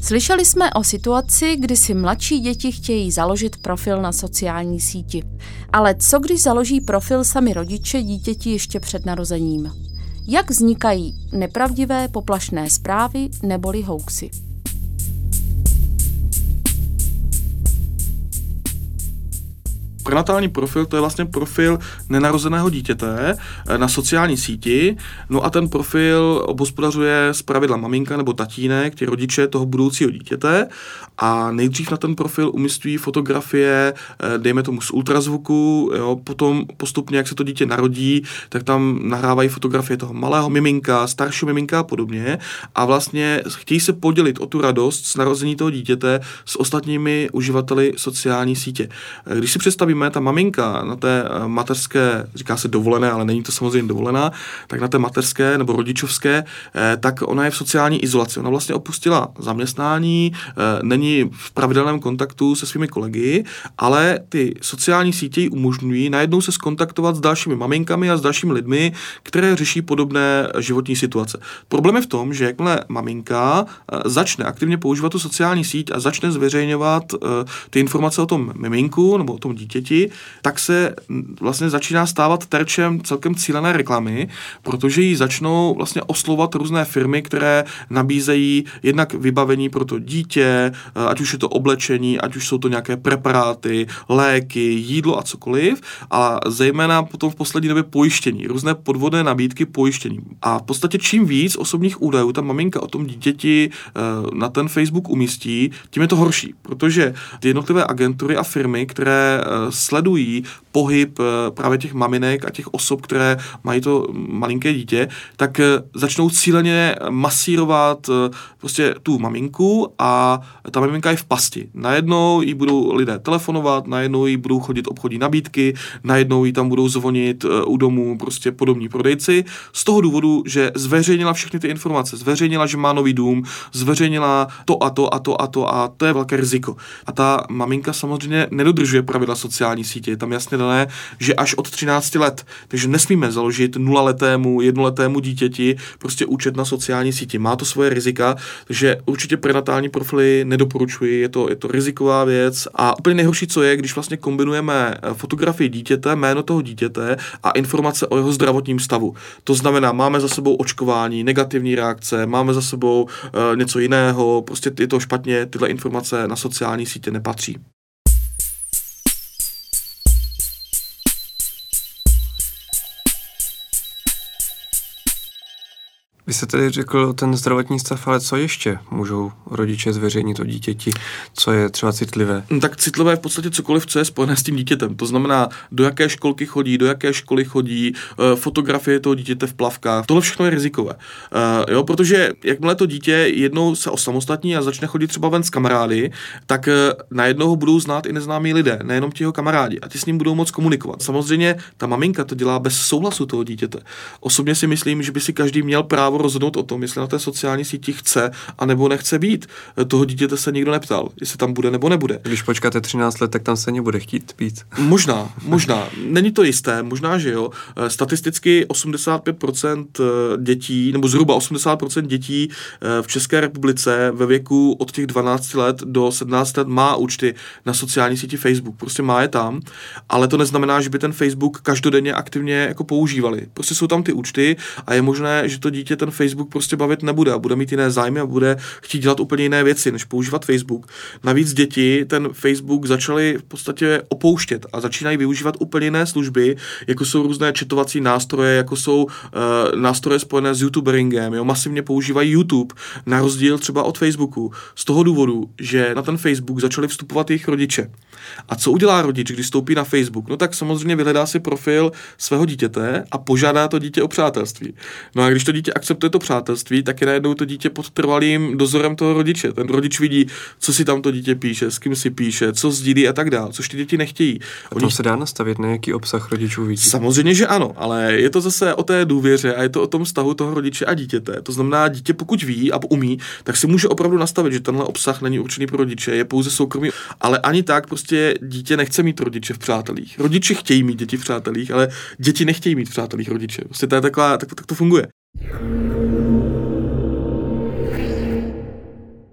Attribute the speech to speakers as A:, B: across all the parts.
A: Slyšeli jsme o situaci, kdy si mladší děti chtějí založit profil na sociální síti. Ale co když založí profil sami rodiče dítěti ještě před narozením? Jak vznikají nepravdivé poplašné zprávy neboli hoaxy?
B: Prenatální profil, to je vlastně profil nenarozeného dítěte na sociální síti, no a ten profil obhospodařuje zpravidla maminka nebo tatínek, ti rodiče toho budoucího dítěte a nejdřív na ten profil umísťují fotografie, dejme tomu z ultrazvuku, jo, potom postupně, jak se to dítě narodí, tak tam nahrávají fotografie toho malého miminka, staršího miminka a podobně a vlastně chtějí se podělit o tu radost z narození toho dítěte s ostatními uživateli sociální sítě. Když si představíme, ta maminka na té mateřské, říká se dovolené, ale není to samozřejmě dovolená, tak na té mateřské nebo rodičovské, tak ona je v sociální izolaci. Ona vlastně opustila zaměstnání, není v pravidelném kontaktu se svými kolegy, ale ty sociální sítě jí umožňují najednou se skontaktovat s dalšími maminkami a s dalšími lidmi, které řeší podobné životní situace. Problém je v tom, že jakmile maminka začne aktivně používat tu sociální síť a začne zveřejňovat ty informace o tom miminku nebo o tom dítěti, tak se vlastně začíná stávat terčem celkem cílené reklamy, protože jí začnou vlastně oslovovat různé firmy, které nabízejí jednak vybavení pro to dítě, ať už je to oblečení, ať už jsou to nějaké preparáty, léky, jídlo a cokoliv, a zejména potom v poslední době pojištění, různé podvodné nabídky pojištění. A v podstatě čím víc osobních údajů ta maminka o tom dítěti na ten Facebook umístí, tím je to horší, protože ty jednotlivé agentury a firmy, které sledují pohyb právě těch maminek a těch osob, které mají to malinké dítě, tak začnou cíleně masírovat prostě tu maminku a ta maminka je v pasti. Najednou jí budou lidé telefonovat, najednou jí budou chodit obchodní nabídky, najednou jí tam budou zvonit u domu prostě podobní prodejci z toho důvodu, že zveřejnila všechny ty informace, zveřejnila, že má nový dům, zveřejnila to a to a to a to a to je velké riziko. A ta maminka samozřejmě nedodržuje pravidla sociální sítě. Je tam jasně dané, že až od 13 let. Takže nesmíme založit 0letému, 1letému dítěti prostě účet na sociální síti. Má to svoje rizika, takže určitě prenatální profily nedoporučuji. Je to riziková věc a úplně nejhorší, co je, když vlastně kombinujeme fotografii dítěte, jméno toho dítěte a informace o jeho zdravotním stavu. To znamená, máme za sebou očkování, negativní reakce, máme za sebou něco jiného, prostě je to špatně, tyhle informace na sociální sítě nepatří.
C: Vy jste tedy řekl ten zdravotní stav, ale co ještě můžou rodiče zveřejnit o dítěti? Co je třeba citlivé?
B: Tak citlivé je v podstatě cokoliv, co je spojené s tím dítětem. To znamená, do jaké školky chodí, do jaké školy chodí, fotografie toho dítěte v plavkách. Tohle všechno je rizikové. Jo, protože jakmile to dítě jednou se osamostatní a začne chodit třeba ven s kamarády, tak najednou ho budou znát i neznámí lidé, nejenom ti jeho kamarádi, a ti s ním budou moc komunikovat. Samozřejmě ta maminka to dělá bez souhlasu toho dítěte. Osobně si myslím, že by si každý měl právo rozhodnout o tom, jestli na té sociální síti chce a nebo nechce být. Toho dítěte se nikdo neptal, jestli tam bude nebo nebude.
C: Když počkáte 13 let, tak tam se nebude chtít být.
B: Možná. Není to jisté, možná, že jo. Statisticky 85% dětí, nebo zhruba 80% dětí v České republice ve věku od těch 12 let do 17 let má účty na sociální síti Facebook. Prostě má je tam, ale to neznamená, že by ten Facebook každodenně aktivně jako používali. Prostě jsou tam ty účty a je možné, že to dítě ten Facebook prostě bavit nebude a bude mít jiné zájmy a bude chtít dělat úplně jiné věci, než používat Facebook. Navíc děti ten Facebook začaly v podstatě opouštět a začínají využívat úplně jiné služby, jako jsou různé chatovací nástroje, jako jsou nástroje spojené s youtuberingem, jo, masivně používají YouTube, na rozdíl třeba od Facebooku. Z toho důvodu, že na ten Facebook začali vstupovat jejich rodiče. A co udělá rodič, když vstoupí na Facebook? No tak samozřejmě vyhledá si profil svého dítěte a požádá to dítě o přátelství. No a když to dítě akceptuje to přátelství, tak je najednou to dítě pod trvalým dozorem toho rodiče. Ten rodič vidí, co si tam to dítě píše, s kým si píše, co sdílí a tak dále, což ty děti nechtějí.
C: A to se dá nastavit, na jaký obsah rodičů vidí?
B: Samozřejmě, že ano, ale je to zase o té důvěře a je to o tom vztahu toho rodiče a dítěte. To znamená, dítě pokud ví a umí, tak si může opravdu nastavit, že tenhle obsah není určený pro rodiče, je pouze soukromý, ale ani tak prostě dítě nechce mít rodiče v přátelích. Rodiče chtějí mít děti v přátelích, ale děti nechtějí mít v přátelích rodiče. Prostě to je taková, tak to funguje.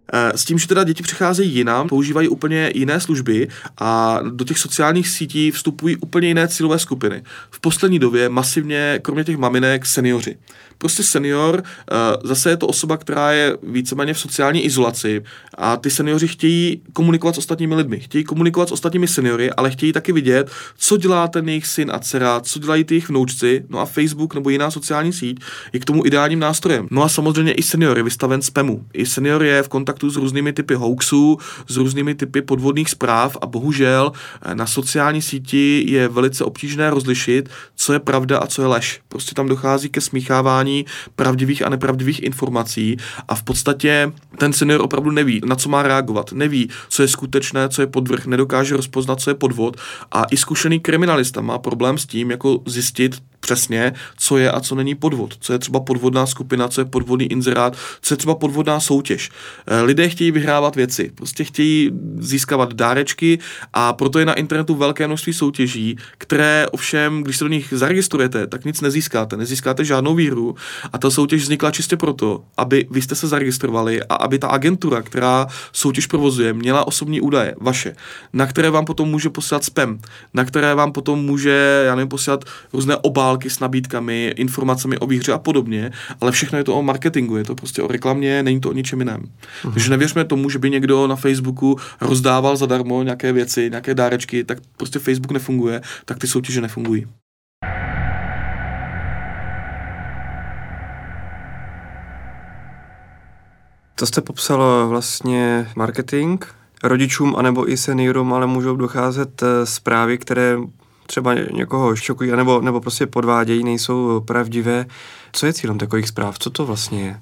B: S tím, že teda děti přicházejí jinam, používají úplně jiné služby a do těch sociálních sítí vstupují úplně jiné cílové skupiny. V poslední době masivně, kromě těch maminek, seniori. Prostě senior, zase je to osoba, která je víceméně v sociální izolaci a ty seniori chtějí komunikovat s ostatními lidmi, chtějí komunikovat s ostatními seniory, ale chtějí taky vidět, co dělá ten jejich syn a dcera, co dělají ty jejich vnoučci, no a Facebook nebo jiná sociální síť je k tomu ideálním nástrojem. No a samozřejmě i senior je vystaven spamu. I senior je v kontaktu s různými typy hoaxů, s různými typy podvodných zpráv a bohužel na sociální síti je velice obtížné rozlišit, co je pravda a co je lež. Prostě tam dochází ke smíchávání pravdivých a nepravdivých informací a v podstatě ten senior opravdu neví, na co má reagovat, neví, co je skutečné, co je podvrh, nedokáže rozpoznat, co je podvod a i zkušený kriminalista má problém s tím, jako zjistit přesně, co je a co není podvod, co je třeba podvodná skupina, co je podvodný inzerát, co je třeba podvodná soutěž. Lidé chtějí vyhrávat věci, prostě chtějí získávat dárečky a proto je na internetu velké množství soutěží, které ovšem, když se do nich zaregistrujete, tak nic nezískáte žádnou výhru a ta soutěž vznikla čistě proto, aby vy jste se zaregistrovali a aby ta agentura, která soutěž provozuje, měla osobní údaje vaše, na které vám potom může posílat spam, na které vám potom může, posílat různé obálky s nabídkami, informacemi o výhře a podobně, ale všechno je to o marketingu, je to prostě o reklamě, není to o ničem jiném. Takže nevěřme tomu, že by někdo na Facebooku rozdával zadarmo nějaké věci, nějaké dárečky, tak prostě Facebook nefunguje, tak ty soutěže nefungují.
C: To jste popsal vlastně marketing. Rodičům anebo i seniorům ale můžou docházet zprávy, které třeba někoho šokují, nebo prostě podvádějí, nejsou pravdivé. Co je cílem takových zpráv? Co to vlastně je?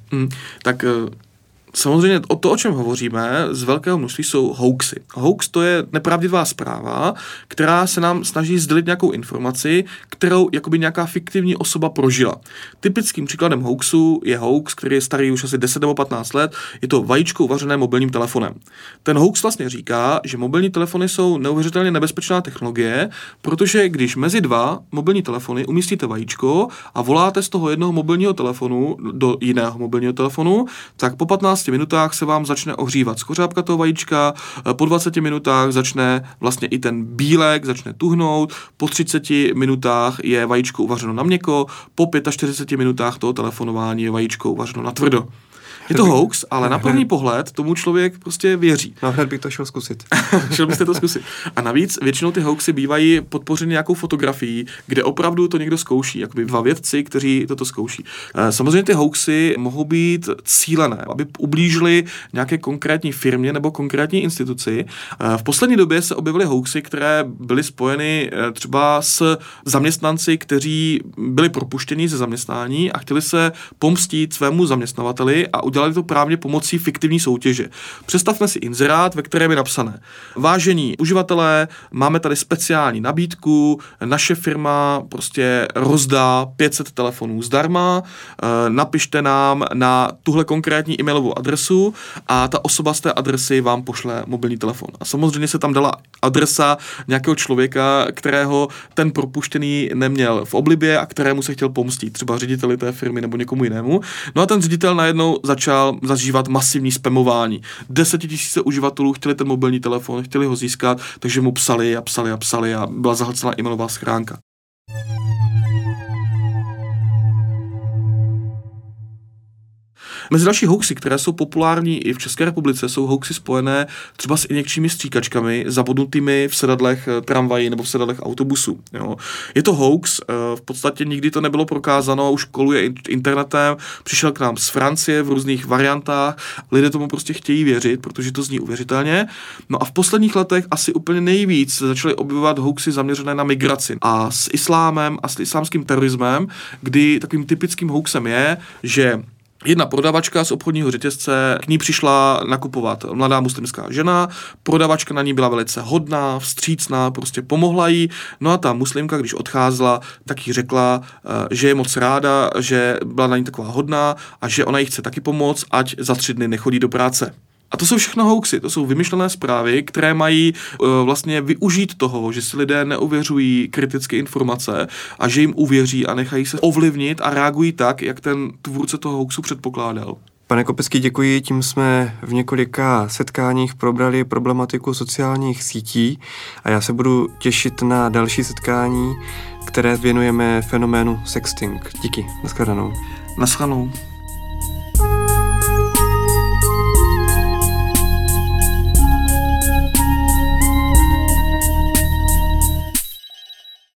B: Samozřejmě o čem hovoříme, z velkého množství jsou hoaxy. Hoax to je nepravdivá zpráva, která se nám snaží sdělit nějakou informaci, kterou jakoby nějaká fiktivní osoba prožila. Typickým příkladem hoaxu je hoax, který je starý už asi 10 nebo 15 let, je to vajíčko uvařené mobilním telefonem. Ten hoax vlastně říká, že mobilní telefony jsou neuvěřitelně nebezpečná technologie, protože když mezi dva mobilní telefony umístíte vajíčko a voláte z toho jednoho mobilního telefonu do jiného mobilního telefonu, tak po 15 minutách se vám začne ohřívat skořápka toho vajíčka, po 20 minutách začne vlastně i ten bílek, začne tuhnout, po 30 minutách je vajíčko uvařeno na měkko, po 45 minutách toho telefonování je vajíčko uvařeno na tvrdo. Je to hoax, ale na první pohled tomu člověk prostě věří.
C: No hned bych to šel zkusit.
B: Šel byste to zkusit. A navíc většinou ty hoaxy bývají podpořeny nějakou fotografií, kde opravdu to někdo zkouší, jakoby dva vědci, kteří toto zkouší. Samozřejmě ty hoaxy mohou být cílené, aby ublížily nějaké konkrétní firmě nebo konkrétní instituci. V poslední době se objevily hoaxy, které byly spojeny třeba s zaměstnanci, kteří byli propuštěni ze zaměstnání a chtěli se pomstít svému zaměstnavateli a udělali to právě pomocí fiktivní soutěže. Představme si inzerát, ve kterém je napsané: vážení uživatelé, máme tady speciální nabídku, naše firma prostě rozdá 500 telefonů zdarma, napište nám na tuhle konkrétní e-mailovou adresu a ta osoba z té adresy vám pošle mobilní telefon. A samozřejmě se tam dala adresa nějakého člověka, kterého ten propuštěný neměl v oblibě a kterému se chtěl pomstit, třeba řediteli té firmy nebo někomu jinému. No a ten ředitel najednou začal zažívat masivní spamování. 10 000 uživatelů chtěli ten mobilní telefon, chtěli ho získat, takže mu psali a byla zahlcena e-mailová schránka. Mezi další hoaxy, které jsou populární i v České republice, jsou hoaxy spojené třeba s injekčními stříkačkami zabodnutými v sedadlech tramvají nebo v sedadlech autobusu. Jo. Je to hoax, v podstatě nikdy to nebylo prokázáno, už koluje internetem, přišel k nám z Francie v různých variantách, lidé tomu prostě chtějí věřit, protože to zní uvěřitelně. No a v posledních letech asi úplně nejvíc začaly objevovat hoaxy zaměřené na migraci a s islámem a s islámským terorismem, kdy takovým typickým hoaxem je, že jedna prodavačka z obchodního řetězce, k ní přišla nakupovat mladá muslimská žena, prodavačka na ní byla velice hodná, vstřícná, prostě pomohla jí, no a ta muslimka, když odcházela, tak jí řekla, že je moc ráda, že byla na ní taková hodná a že ona jí chce taky pomoct, ať za 3 dny nechodí do práce. A to jsou všechno hoaxy, to jsou vymyšlené zprávy, které mají vlastně využít toho, že si lidé neuvěřují kritické informace a že jim uvěří a nechají se ovlivnit a reagují tak, jak ten tvůrce toho hoaxu předpokládal.
C: Pane Kopecký, děkuji, tím jsme v několika setkáních probrali problematiku sociálních sítí a já se budu těšit na další setkání, které věnujeme fenoménu sexting. Díky, nashledanou.
B: Nashledanou.